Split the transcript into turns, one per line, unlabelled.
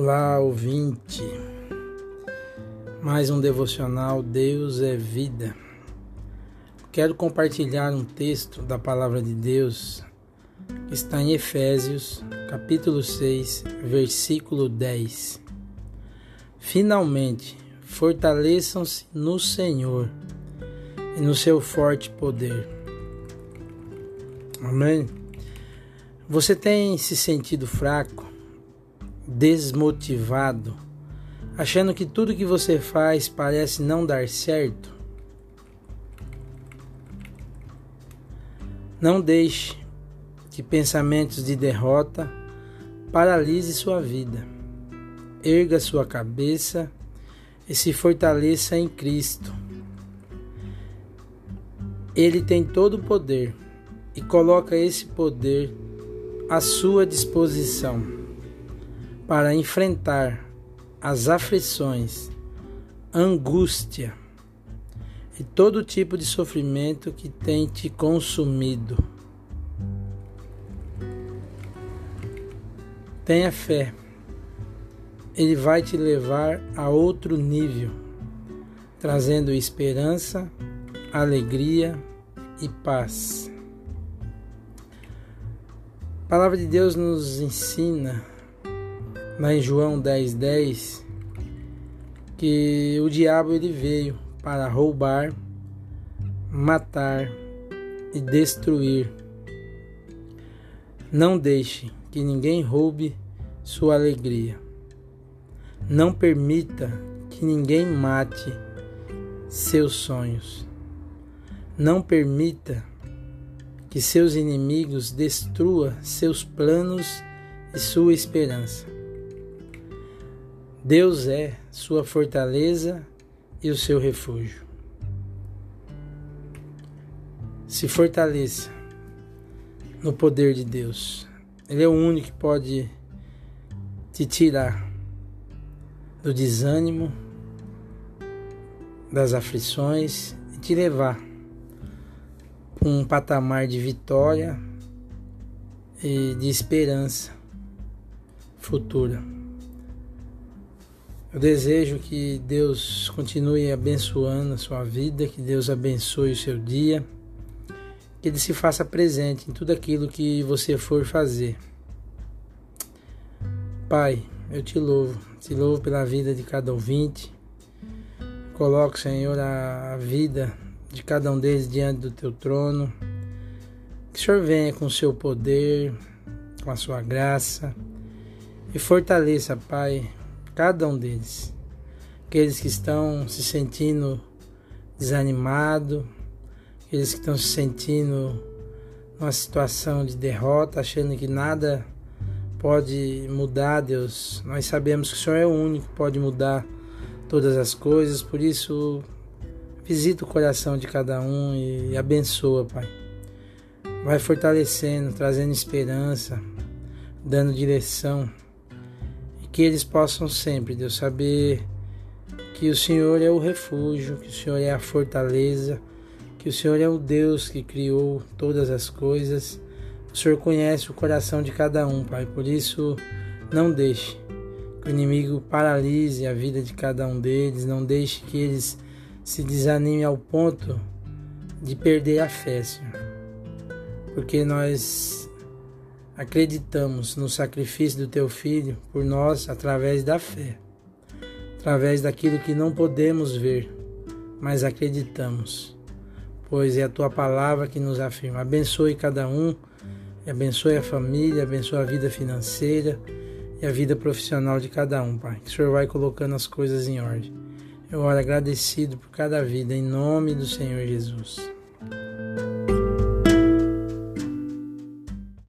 Olá, ouvinte. Mais um devocional Deus é Vida. Quero compartilhar um texto da Palavra de Deus que está em Efésios, capítulo 6, versículo 10. Finalmente, fortaleçam-se no Senhor e no seu forte poder. Amém? Você tem se sentido fraco, desmotivado, achando que tudo que você faz parece não dar certo? Não deixe que pensamentos de derrota paralise sua vida. Erga sua cabeça e se fortaleça em Cristo. Ele tem todo o poder e coloca esse poder à sua disposição para enfrentar as aflições, angústia e todo tipo de sofrimento que tem te consumido. Tenha fé, Ele vai te levar a outro nível, trazendo esperança, alegria e paz. A palavra de Deus nos ensina lá em João 10:10, que o diabo ele veio para roubar, matar e destruir. Não deixe que ninguém roube sua alegria. Não permita que ninguém mate seus sonhos. Não permita que seus inimigos destruam seus planos e sua esperança. Deus é sua fortaleza e o seu refúgio. Se fortaleça no poder de Deus. Ele é o único que pode te tirar do desânimo, das aflições e te levar para um patamar de vitória e de esperança futura. Eu desejo que Deus continue abençoando a sua vida, que Deus abençoe o seu dia, que Ele se faça presente em tudo aquilo que você for fazer. Pai, eu te louvo pela vida de cada ouvinte. Coloco, Senhor, a vida de cada um deles diante do teu trono. Que o Senhor venha com o seu poder, com a sua graça e fortaleça, Pai, cada um deles, aqueles que estão se sentindo desanimados, aqueles que estão se sentindo numa situação de derrota, achando que nada pode mudar, Deus. Nós sabemos que o Senhor é o único que pode mudar todas as coisas, por isso visita o coração de cada um e abençoa, Pai. Vai fortalecendo, trazendo esperança, dando direção. Que eles possam sempre, Deus, saber que o Senhor é o refúgio, que o Senhor é a fortaleza, que o Senhor é o Deus que criou todas as coisas. O Senhor conhece o coração de cada um, Pai. Por isso, não deixe que o inimigo paralise a vida de cada um deles, não deixe que eles se desanimem ao ponto de perder a fé, Senhor. Porque nós acreditamos no sacrifício do Teu Filho por nós através da fé, através daquilo que não podemos ver, mas acreditamos, pois é a Tua palavra que nos afirma. Abençoe cada um, abençoe a família, abençoe a vida financeira e a vida profissional de cada um, Pai. Que o Senhor vai colocando as coisas em ordem. Eu oro agradecido por cada vida, em nome do Senhor Jesus.